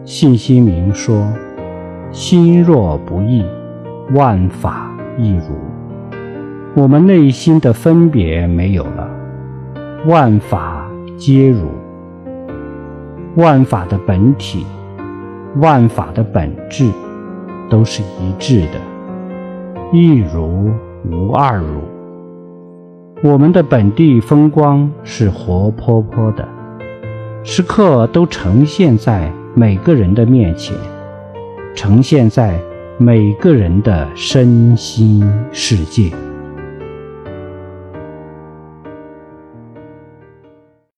信息明说：心若不异，万法亦如。我们内心的分别没有了，万法皆如。万法的本体，万法的本质都是一致的，一如无二如。我们的本地风光是活泼泼的，时刻都呈现在每个人的面前，呈现在每个人的身心世界。